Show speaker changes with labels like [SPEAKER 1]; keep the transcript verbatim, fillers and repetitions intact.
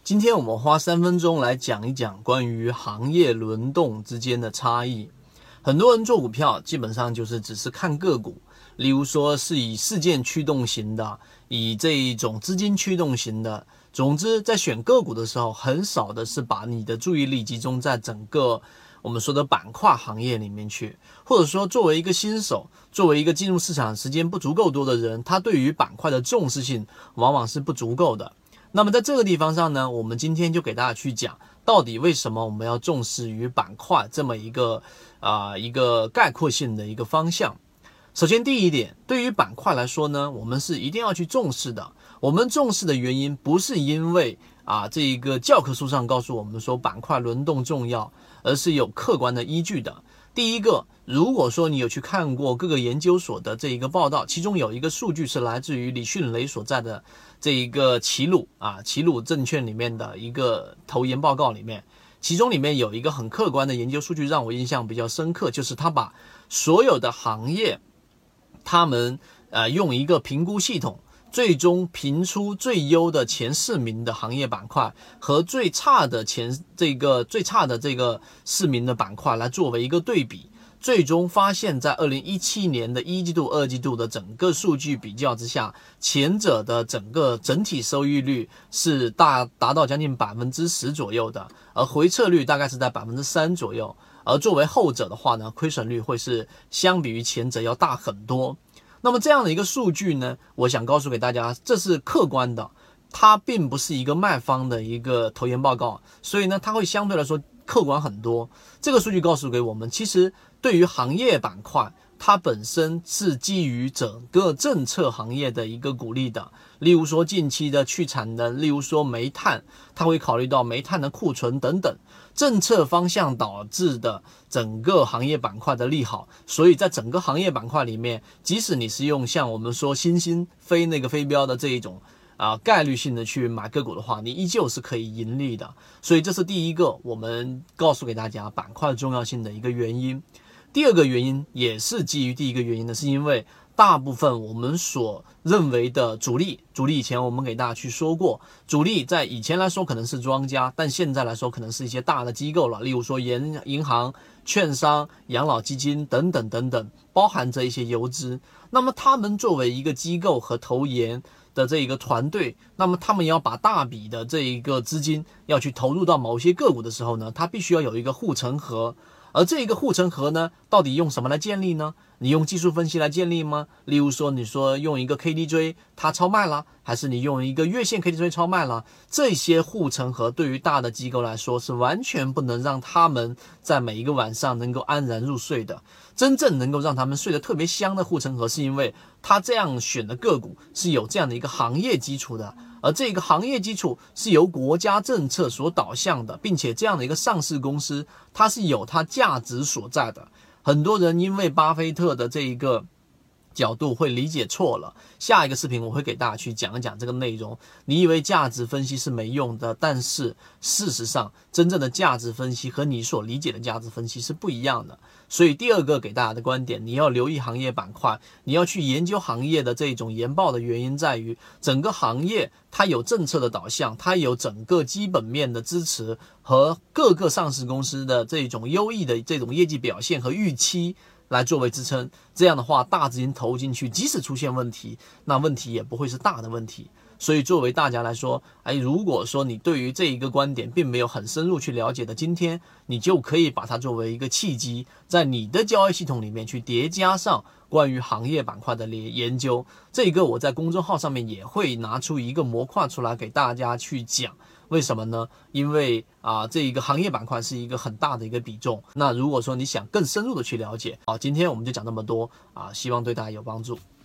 [SPEAKER 1] 今天我们花三分钟来讲一讲关于行业轮动之间的差异。很多人做股票基本上就是只是看个股，例如说是以事件驱动型的，以这一种资金驱动型的。总之在选个股的时候，很少的是把你的注意力集中在整个我们说的板块行业里面去，或者说作为一个新手，作为一个进入市场时间不足够多的人，他对于板块的重视性往往是不足够的。那么在这个地方上呢，我们今天就给大家去讲，到底为什么我们要重视于板块这么一个啊、呃、一个概括性的一个方向。首先第一点，对于板块来说呢，我们是一定要去重视的。我们重视的原因不是因为啊这一个教科书上告诉我们说板块轮动重要，而是有客观的依据的。第一个，如果说你有去看过各个研究所的这一个报道，其中有一个数据是来自于李迅雷所在的这一个齐鲁啊齐鲁证券里面的一个投研报告里面，其中里面有一个很客观的研究数据让我印象比较深刻，就是他把所有的行业他们呃用一个评估系统，最终评出最优的前四名的行业板块和最差的前这个最差的这个四名的板块来作为一个对比，最终发现在二零一七年的一季度、二季度的整个数据比较之下，前者的整个整体收益率是大达到将近百分之十左右的，而回撤率大概是在百分之三左右，而作为后者的话呢，亏损率会是相比于前者要大很多。那么这样的一个数据呢，我想告诉给大家，这是客观的，它并不是一个卖方的一个投研报告，所以呢，它会相对来说客观很多。这个数据告诉给我们，其实对于行业板块，它本身是基于整个政策行业的一个鼓励的。例如说近期的去产能，例如说煤炭，它会考虑到煤炭的库存等等，政策方向导致的整个行业板块的利好。所以在整个行业板块里面，即使你是用像我们说新兴非那个非标的这一种啊、呃、概率性的去买个股的话，你依旧是可以盈利的。所以这是第一个我们告诉给大家板块重要性的一个原因。第二个原因也是基于第一个原因的，是因为大部分我们所认为的主力，主力以前我们给大家去说过，主力在以前来说可能是庄家，但现在来说可能是一些大的机构了，例如说银银行、券商、养老基金等等等等，包含着一些游资。那么他们作为一个机构和投研的这一个团队，那么他们要把大笔的这一个资金要去投入到某些个股的时候呢，它必须要有一个护城河。而这一个护城河呢，到底用什么来建立呢？你用技术分析来建立吗？例如说，你说用一个 K D J 它超卖了，还是你用一个月线 K D J 超卖了？这些护城河对于大的机构来说是完全不能让他们在每一个晚上能够安然入睡的。真正能够让他们睡得特别香的护城河，是因为他这样选的个股是有这样的一个行业基础的。而这个行业基础是由国家政策所导向的，并且这样的一个上市公司，它是有它价值所在的。很多人因为巴菲特的这一个角度会理解错了，下一个视频我会给大家去讲一讲这个内容。你以为价值分析是没用的，但是事实上真正的价值分析和你所理解的价值分析是不一样的。所以第二个给大家的观点，你要留意行业板块，你要去研究行业的这种研报的原因在于，整个行业它有政策的导向，它有整个基本面的支持和各个上市公司的这种优异的这种业绩表现和预期来作为支撑。这样的话，大资金投进去，即使出现问题，那问题也不会是大的问题。所以作为大家来说，哎，如果说你对于这一个观点并没有很深入去了解的，今天你就可以把它作为一个契机，在你的交易系统里面去叠加上关于行业板块的研究。这个我在公众号上面也会拿出一个模块出来给大家去讲。为什么呢？因为啊，这一个行业板块是一个很大的一个比重。那如果说你想更深入的去了解，好，今天我们就讲这么多啊，希望对大家有帮助。